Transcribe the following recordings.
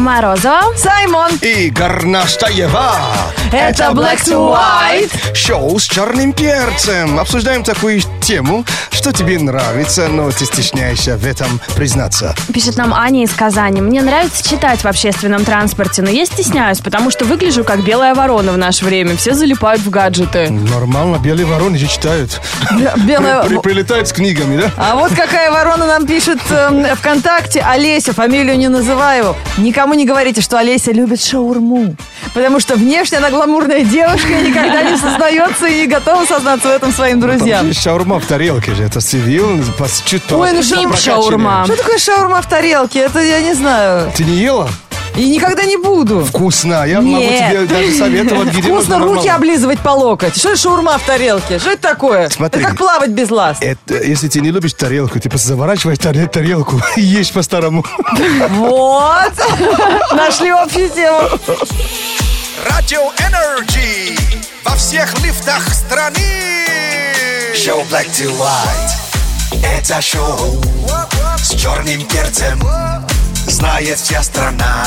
Морозова, Саймон и Горнаштаева. Это Black to White. Шоу с черным перцем. Обсуждаем такую тему, что тебе нравится, но ты стесняешься в этом признаться. пишет нам Аня из Казани. Мне нравится читать в общественном транспорте, но я стесняюсь, потому что выгляжу как белая ворона в наше время. Все залипают в гаджеты. Нормально, белые вороны же читают. Белая... Прилетают с книгами, да? А вот какая ворона нам пишет ВКонтакте. Олеся, фамилию не называю. Никому не говорите, что Олеся любит шаурму. Потому что внешне она гламурная девушка и никогда не сознается и не готова сознаться в этом своим друзьям. Там же шаурма в тарелке же, это цивил, чуть Ой, ну шаурма. Что такое шаурма в тарелке? Это я не знаю. Ты не ела? И никогда не буду. Вкусно. Я могу тебе даже советовать. где Вкусно можно руки нормально. облизывать по локоть. Что это шаурма в тарелке? Что это такое? Смотри. Это как плавать без лаз. Это, если ты не любишь тарелку, ты просто заворачиваешь тарелку и ешь по-старому. Вот. Нашли общую тему. Радио Energy во всех лифтах страны. Шоу Black to White. Это шоу с черным перцем. Знает вся страна.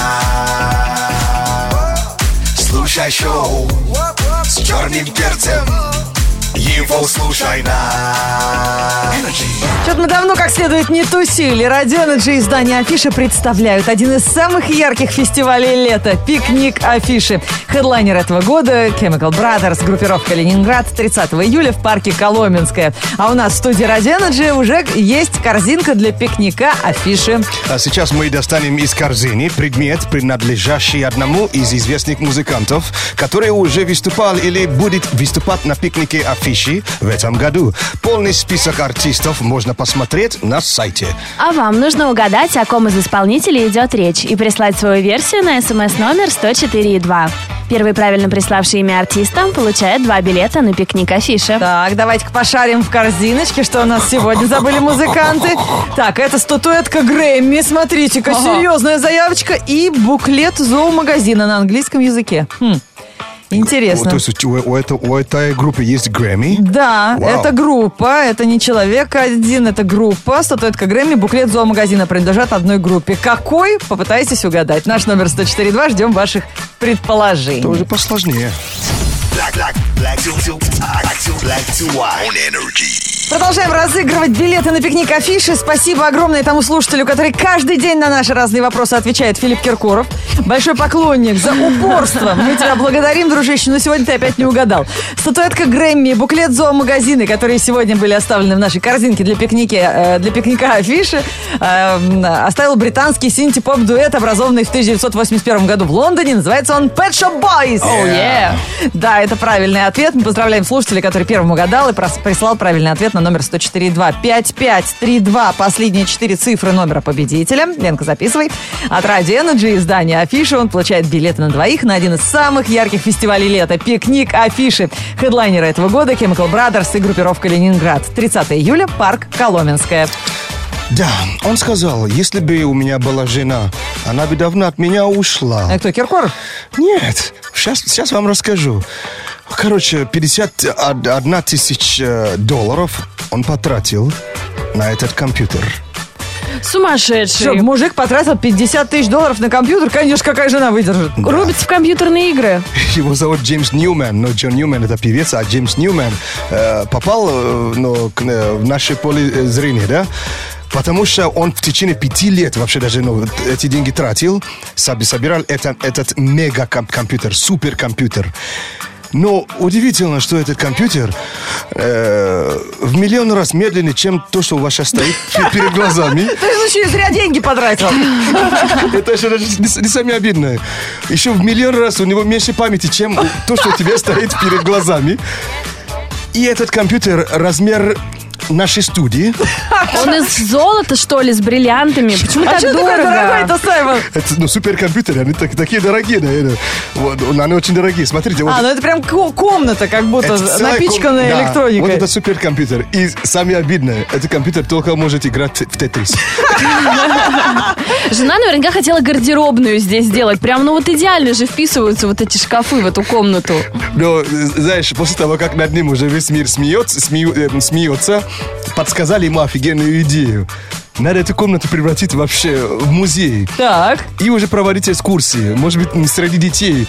Слушай шоу с черным перцем. Его слушай на Energy. Что-то мы давно как следует не тусили. Радио Energy и издание Афиша представляют один из самых ярких фестивалей лета – пикник Афиши. Хедлайнер этого года – Chemical Brothers, группировка Ленинград, 30 июля в парке Коломенское. А у нас в студии Радио Energy уже есть корзинка для пикника Афиши. А сейчас мы достанем из корзины предмет, принадлежащий одному из известных музыкантов, который уже выступал или будет выступать на пикнике Афиши в этом году. Полный список артистов можно посмотреть на сайте. А вам нужно угадать, о ком из исполнителей идет речь, и прислать свою версию на смс-номер 104.2. Первый правильно приславший имя артиста получает 2 билета на пикник Афиши. Так, давайте-ка пошарим в корзиночке, что у нас сегодня забыли музыканты. Так, это статуэтка Грэмми, смотрите-ка, серьезная заявочка. И буклет зоомагазина на английском языке. Интересно. То есть у этой группы есть Грэмми? Да, Вау. это группа, это не человек один, это группа. Статуэтка Грэмми, буклет зоомагазина принадлежат одной группе. Какой? Попытайтесь угадать. Наш номер 104.2, ждем ваших предположений. Тоже посложнее. Black to White on Energy. Продолжаем разыгрывать билеты на пикник Афиши. Спасибо огромное тому слушателю, который каждый день на наши разные вопросы отвечает, Филипп Киркоров. Большой поклонник за упорство. Мы тебя благодарим, дружище, но сегодня ты опять не угадал. Статуэтка Грэмми, буклет зоомагазины, которые сегодня были оставлены в нашей корзинке для пикника Афиши, оставил британский синти-поп-дуэт, образованный в 1981 году в Лондоне. Называется он Pet Shop Boys. Oh, yeah. Да, это правильный ответ. Мы поздравляем слушателя, который первым угадал и прислал правильный ответ на номер 104.2. 5532. Последние 4 цифры номера победителя. Ленка, записывай. От Радио Energy издания Афиши он получает билеты на двоих на один из самых ярких фестивалей лета. Пикник Афиши. Хедлайнеры этого года Chemical Brothers и группировка Ленинград. 30 июля, парк Коломенское. Да, он сказал, если бы у меня была жена, она бы давно от меня ушла. А кто, Киркоров? Нет, сейчас вам расскажу. Короче, 51 тысяча долларов он потратил на этот компьютер. Сумасшедший. Что, мужик потратил 50 тысяч долларов на компьютер? Конечно, какая жена выдержит? Рубится в компьютерные игры. Его зовут Джеймс Ньюман, но Джон Ньюман это певец, а Джеймс Ньюман попал в наше поле зрения, да? Потому что он в течение 5 лет вообще даже эти деньги тратил, собирал этот мега-компьютер, суперкомпьютер. Но удивительно, что этот компьютер в миллион раз медленнее, чем то, что у вас сейчас стоит перед глазами. Ты же еще и зря деньги потратил. Это еще даже не самое обидное. Еще в миллион раз у него меньше памяти, чем то, что у тебя стоит перед глазами. И этот компьютер размер нашей студии. Он из золота, что ли, с бриллиантами? Почему так что такой дорого? дорогой-то, Саймон? Это суперкомпьютеры, они такие дорогие, наверное. Вот, они очень дорогие. Смотрите, вот. Ну это прям комната, как будто это целая напичканная да, электроникой. Вот это суперкомпьютер. И самое обидное, этот компьютер только может играть в Тетрис. Жена наверняка хотела гардеробную здесь сделать. Прям, идеально же вписываются вот эти шкафы в эту комнату. Но, знаешь, после того, как над ним уже весь мир смеется, подсказали ему офигенную идею. надо эту комнату превратить вообще в музей. Так. И уже проводить экскурсии. Может быть, среди детей.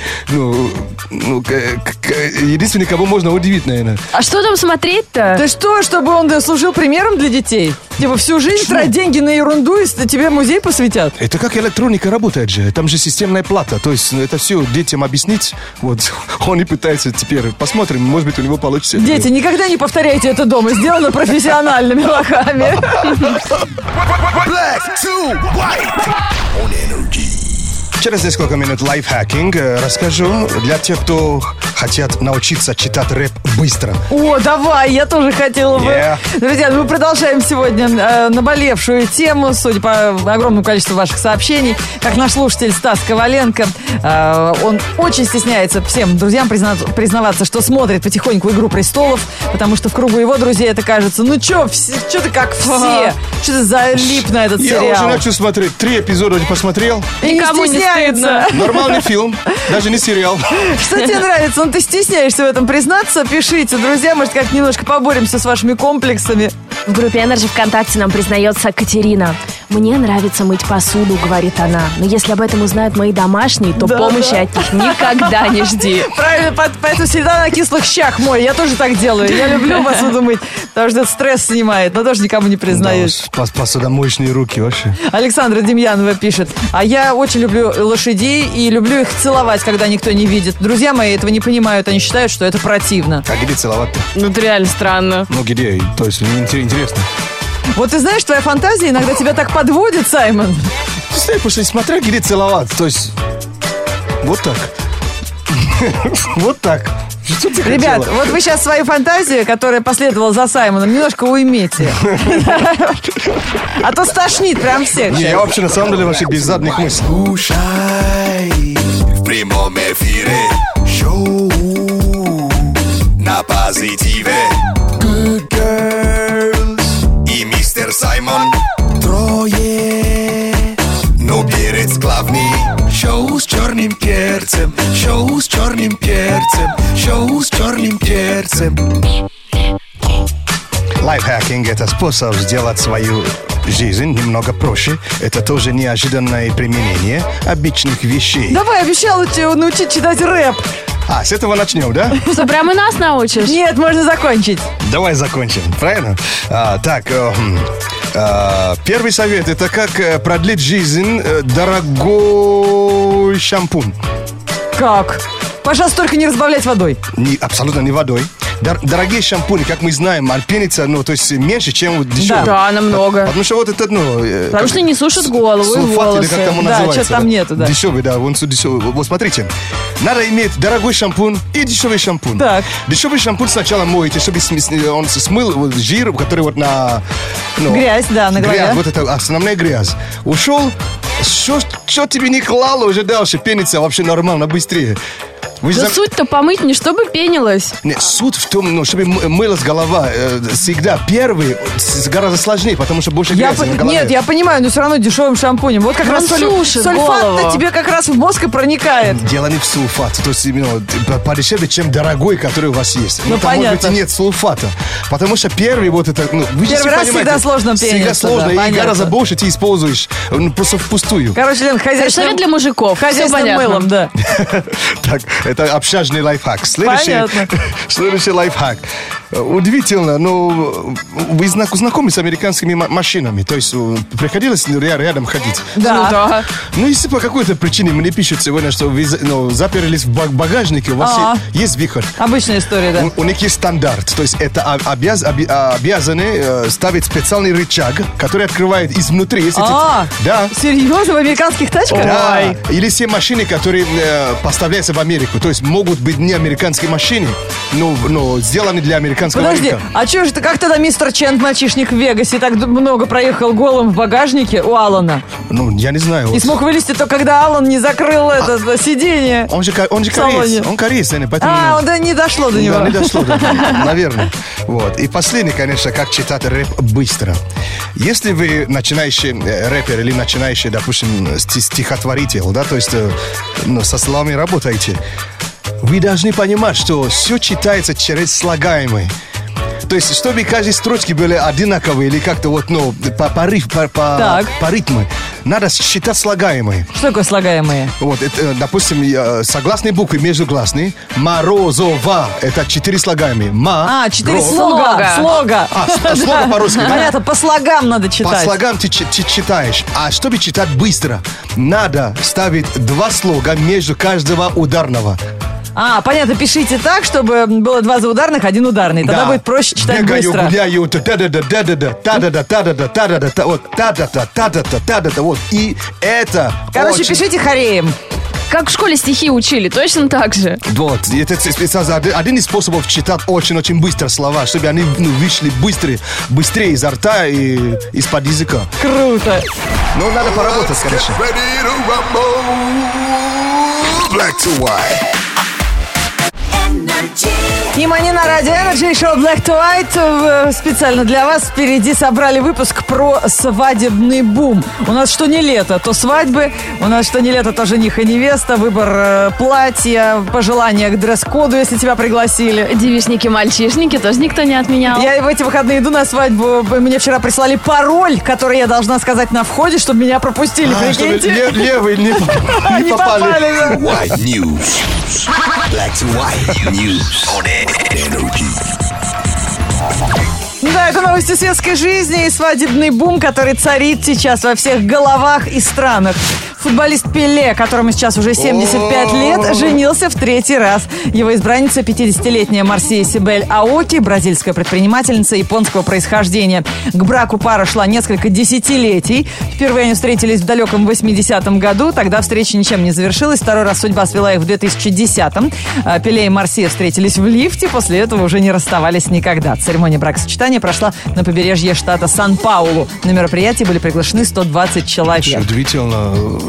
Единственный, кого можно удивить, наверное. А что там смотреть-то? Ты что, чтобы он служил примером для детей? Типа всю жизнь трать деньги на ерунду, и тебе музей посвятят? Это как электроника работает же. Там же системная плата. То есть это все детям объяснить. Вот он и пытается теперь. Посмотрим, может быть, у него получится. Дети, никогда не повторяйте это дома. Сделано профессиональными руками. Black to white on energy. Через несколько минут лайфхакинг расскажу для тех, кто хотят научиться читать рэп быстро. О, давай, я тоже хотела бы. Yeah. Друзья, мы продолжаем сегодня наболевшую тему, судя по огромному количеству ваших сообщений. Как наш слушатель Стас Коваленко, он очень стесняется всем друзьям признаваться, что смотрит потихоньку «Игру престолов», потому что в кругу его друзей это кажется, ну чё ты как все? Что ты залип на этот сериал? Я уже начал смотреть. 3 эпизода уже посмотрел. И никому не стыдно. Нормальный фильм, даже не сериал. Что тебе нравится? Ну, ты стесняешься в этом признаться? Пишите, друзья, может, как немножко поборемся с вашими комплексами. В группе Energy ВКонтакте нам признается Катерина. «Мне нравится мыть посуду», — говорит она. «Но если об этом узнают мои домашние, то помощи от них никогда не жди». Правильно, поэтому всегда на кислых щах мой. Я тоже так делаю. Я люблю посуду мыть, потому что это стресс снимает, но тоже никому не признаюсь. Да, посудомоечные руки вообще. Александра Демьянова пишет: а я очень люблю лошадей и люблю их целовать, когда никто не видит. Друзья мои этого не понимают, они считают, что это противно. А где целовать-то? Ну, это реально странно. Ну, где? То есть, интересно. Вот ты знаешь, твоя фантазия иногда тебя так подводит, Саймон. Ты знаешь, просто смотря где целовать. То есть, вот так. Вот так. Что ты Ребят, хотела? вот вы сейчас свою фантазию, которая последовала за Саймоном, немножко уймите. А то стошнит прям всех. Не, я вообще на самом деле вообще без задних мыслей. Слушай в прямом эфире шоу на позитиве. Good girls и мистер Саймон. Трое, но перец главный. Шоу с черным перцем, шоу с черным перцем, шоу с черным перцем. Лайфхакинг – это способ сделать свою жизнь немного проще. Это тоже неожиданное применение обычных вещей. Давай, обещала тебя научить читать рэп. А, с этого начнем, да? Что, прямо нас научишь? Нет, можно закончить. Давай закончим, правильно? Первый совет – это как продлить жизнь дорогой шампунь. Как? Пожалуйста, только не разбавлять водой. Абсолютно не водой. Дорогие шампуни, как мы знаем, пенится, то есть меньше, чем дешевые. Да, намного. Потому что вот это, Потому что не сушат голову и сульфат, волосы. или как там он Да, называется. что-то там нету, да. Дешевый, да, он дешевый. Вот смотрите, надо иметь дорогой шампунь и дешевый шампунь. Так. Дешевый шампунь сначала моете, чтобы он смыл жир, который вот на... Грязь, да, на голове. Грязь, вот это основная грязь. Ушел, что тебе не клало, уже дальше пенится вообще нормально, быстрее. Да суть-то помыть не чтобы пенилось. Нет, суть в том, чтобы мылась голова. Всегда первый гораздо сложнее, потому что больше грязи на голове. Нет, я понимаю, но все равно дешевым шампунем. Вот как Он раз сушит сульфат-то голову. тебе как раз в мозг и проникает. Дело не в сульфате, то есть именно подешевле, чем дорогой, который у вас есть. Ну, там, понятно. может быть, и нет сульфата. Потому что первый вот это... вы же Первый раз понимаете, всегда сложно всегда пениться, сложно, да, и понятно. гораздо больше ты используешь просто впустую. Короче, Лен, Это совет хозяйственным для мужиков. Все хозяйственным понятно. мылом, да. Так, это общажный лайфхак. Понятно. Следующий лайфхак. Удивительно, но вы знакомы с американскими машинами? То есть приходилось рядом ходить? Да. Ну да. Ну, если по какой-то причине мне пишут сегодня, что вы заперлись в багажнике, у вас есть выход. Обычная история, да. У них есть стандарт. То есть это обязаны ставить специальный рычаг, который открывает изнутри. Если да. Серьезно, в американских тачках? Да. Или все машины, которые поставляются в Америку. То есть могут быть не американские машины, но сделаны для американского Подожди, рынка. а что же ты, как тогда мистер Чент, мальчишник в Вегасе, так много проехал голым в багажнике у Алана? Ну, я не знаю. И смог вылезти только когда Алан не закрыл это сиденье. Он же салоне. кореец. Он кореец, наверное, поэтому... Да, не дошло до него. Да, не дошло, да, наверное. Вот. И последний, конечно, как читать рэп быстро. Если вы начинающий рэпер или начинающий, допустим, стихотворитель, да, то есть со словами работаете, вы должны понимать, что все читается через слагаемые. То есть, чтобы каждой строчки были одинаковые или как-то вот, ну, по ритму, надо считать слагаемые. Что такое слагаемые? Вот, это, допустим, согласные буквы между гласными. Морозова. Это 4 слагаемые. 4 слога. Слога по-русски. Понятно, по слогам надо читать. По слогам ты читаешь. А чтобы читать быстро, надо ставить 2 слога между каждого ударного. Понятно, пишите так, чтобы было 2 заударных, 1 ударный. Тогда будет проще читать быстро. Гуляю, вот. И это Короче, пишите хореем. Как в школе стихи учили, точно так же. Вот, это один из способов читать очень-очень быстро слова, чтобы они вышли быстрее изо рта и из-под языка. Круто. Ну, надо поработать, конечно. Black to white. Внимание на радио Energy, шоу Black to White. Специально для вас впереди собрали выпуск про свадебный бум. У нас что не лето, то свадьбы. У нас что не лето, то жених и невеста. Выбор платья, пожелания к дресс-коду, если тебя пригласили. Девичники-мальчишники тоже никто не отменял. Я в эти выходные иду на свадьбу. Мне вчера прислали пароль, который я должна сказать на входе, чтобы меня пропустили. Прикиньте. Чтобы левые не попали. White news. Black to white news on Energy. Да, это новости светской жизни и свадебный бум, который царит сейчас во всех головах и странах. Футболист Пеле, которому сейчас уже 75 лет, женился в 3-й раз. Его избранница 50-летняя Марсия Сибель Аоки, бразильская предпринимательница японского происхождения. К браку пара шла несколько десятилетий. Впервые они встретились в далеком 80-м году. Тогда встреча ничем не завершилась. Второй раз судьба свела их в 2010-м. Пеле и Марсия встретились в лифте. После этого уже не расставались никогда. Церемония бракосочетания прошла на побережье штата Сан-Паулу. На мероприятии были приглашены 120 человек. Удивительно.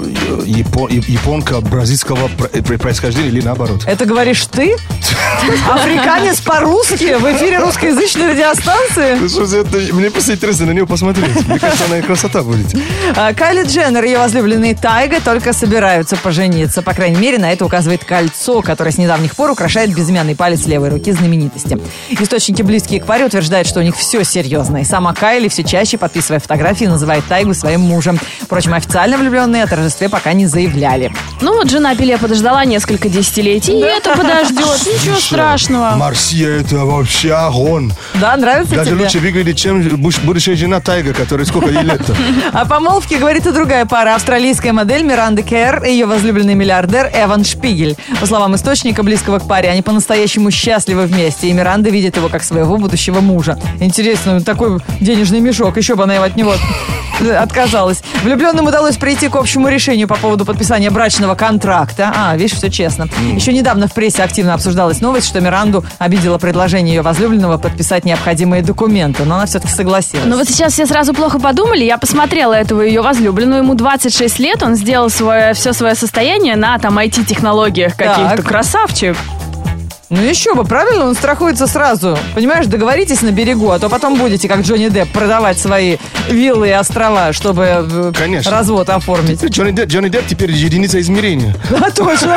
Японка бразильского происхождения или наоборот? Это говоришь ты? Африканец по-русски в эфире русскоязычной радиостанции? Мне просто интересно на нее посмотреть. Мне кажется, она и красота будет. Кайли Дженнер и ее возлюбленный Тайга только собираются пожениться. По крайней мере, на это указывает кольцо, которое с недавних пор украшает безымянный палец левой руки знаменитости. Источники, близкие к паре, утверждают, что у них все серьезно. И сама Кайли все чаще, подписывая фотографии, называет Тайгу своим мужем. Впрочем, официально влюбленные о торжестве пока не заявляли. Ну вот жена Пеле подождала несколько десятилетий, и это подождет. Ничего страшного. Марсия, это вообще огонь. Да, нравится Даже тебе? лучше выглядит, чем будущая жена Тайга, которая сколько ей лет-то. О помолвке говорит и другая пара. Австралийская модель Миранда Керр и ее возлюбленный миллиардер Эван Шпигель. По словам источника, близкого к паре, они по-настоящему счастливы вместе, и Миранда видит его как своего будущего мужа. Интересно, такой денежный мешок, еще бы она от него отказалась. Влюбленным удалось прийти к общему решению по поводу подписания брачного контракта. Видишь, все честно. Еще недавно в прессе активно обсуждалась новость, что Миранду обидело предложение ее возлюбленного подписать необходимые документы, но она все-таки согласилась. Но вот сейчас все сразу плохо подумали. Я посмотрела этого ее возлюбленного. Ему 26 лет, он сделал все свое состояние на IT-технологиях каких-то. Так. Красавчик. Ну еще бы, правильно, он страхуется сразу. Понимаешь, договоритесь на берегу, а то потом будете, как Джонни Депп, продавать свои виллы и острова, чтобы Конечно. развод оформить. Джонни Депп теперь единица измерения. Да, точно.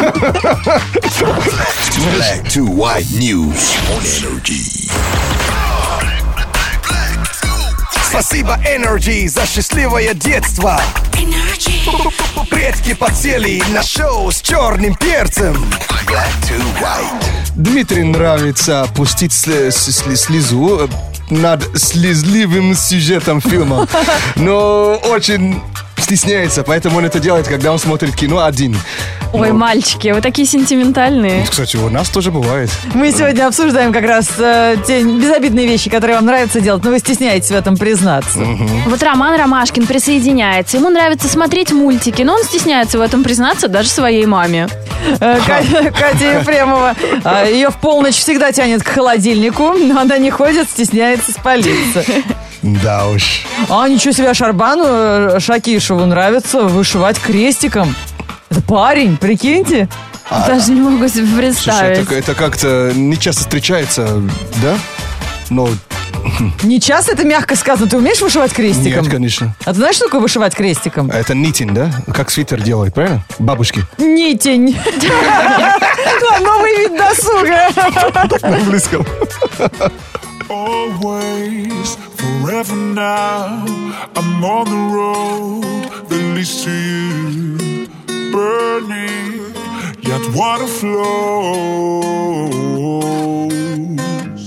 Black to white news on Energy. Спасибо, Energy, за счастливое детство. Предки подсели на шоу с черным перцем. Black to white. Дмитрию нравится пустить слезу над слезливым сюжетом фильма, но очень стесняется, поэтому он это делает, когда он смотрит кино один. Ой, мальчики, вы такие сентиментальные. Кстати, у нас тоже бывает. Мы сегодня обсуждаем как раз те безобидные вещи, которые вам нравится делать, но вы стесняетесь в этом признаться. Вот Роман Ромашкин присоединяется. Ему нравится смотреть мультики, но он стесняется в этом признаться даже своей маме. Катя Ефремова. Ее в полночь всегда тянет к холодильнику, но она не ходит, стесняется спалиться. Да уж. Ничего себе, Шарбану Шакишеву нравится вышивать крестиком. Это парень, прикиньте. Даже не могу себе представить. Слушай, это как-то не часто встречается, да? Но Не часто, это мягко сказано. Ты умеешь вышивать крестиком? нет, конечно. А ты знаешь, что такое вышивать крестиком? Это нитинг, да? Как свитер делают, правильно? Бабушки. Нитень. Новый вид досуга. На английском. always, forever now. I'm on the road that leads to you. Burning, yet water flows.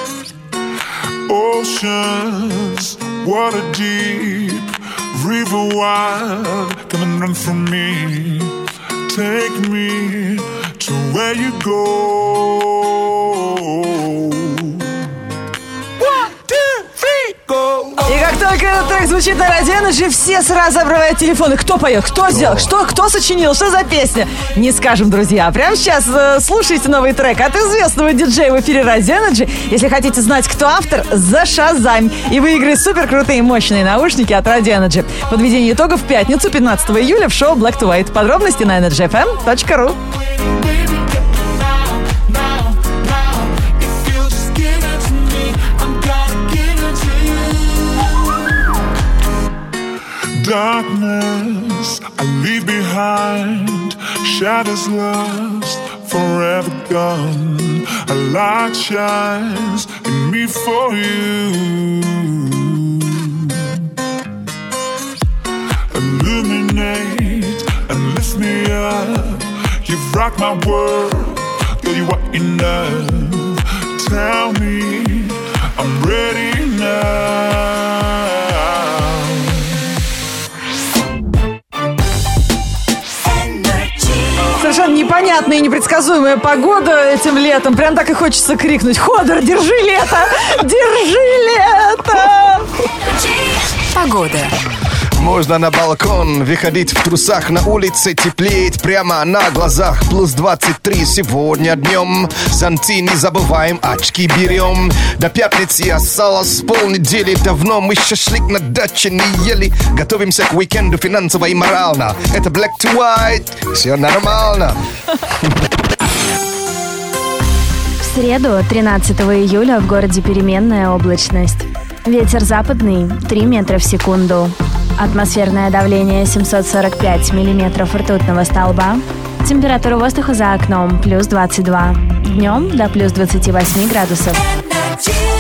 Oceans, water deep, river wide, come and run from me. Take me to where you go. И как только этот трек звучит на Radio Energy, все сразу обрывают телефоны. Кто поет, кто сделал, кто сочинил, что за песня? Не скажем, друзья. Прямо сейчас слушайте новый трек от известного диджея в эфире Radio Energy. Если хотите знать, кто автор, зашазамь и выиграй супер крутые мощные наушники от Radio Energy. Подведение итогов в пятницу, 15 июля в шоу Black to White. Подробности на energyfm.ru. Darkness I leave behind, shadows lost, forever gone. A light shines in me for you. Illuminate and lift me up. You've rocked my world, girl, you are enough. Tell me I'm ready now. Совершенно непонятная и непредсказуемая погода этим летом. Прям так и хочется крикнуть: Ходор, держи лето! Держи лето! Погода. Можно на балкон выходить в трусах, на улице теплеет прямо на глазах. Плюс 23 сегодня днем. Зонты не забываем, очки берем. До пятницы осталось полнедели. Давно мы шашлык на даче не ели. Готовимся к уикенду финансово и морально. Это Black to White, все нормально. В среду, 13 июля, в городе переменная облачность. Ветер западный 3 метра в секунду. Атмосферное давление 745 миллиметров ртутного столба. Температура воздуха за окном плюс 22. Днем до плюс 28 градусов.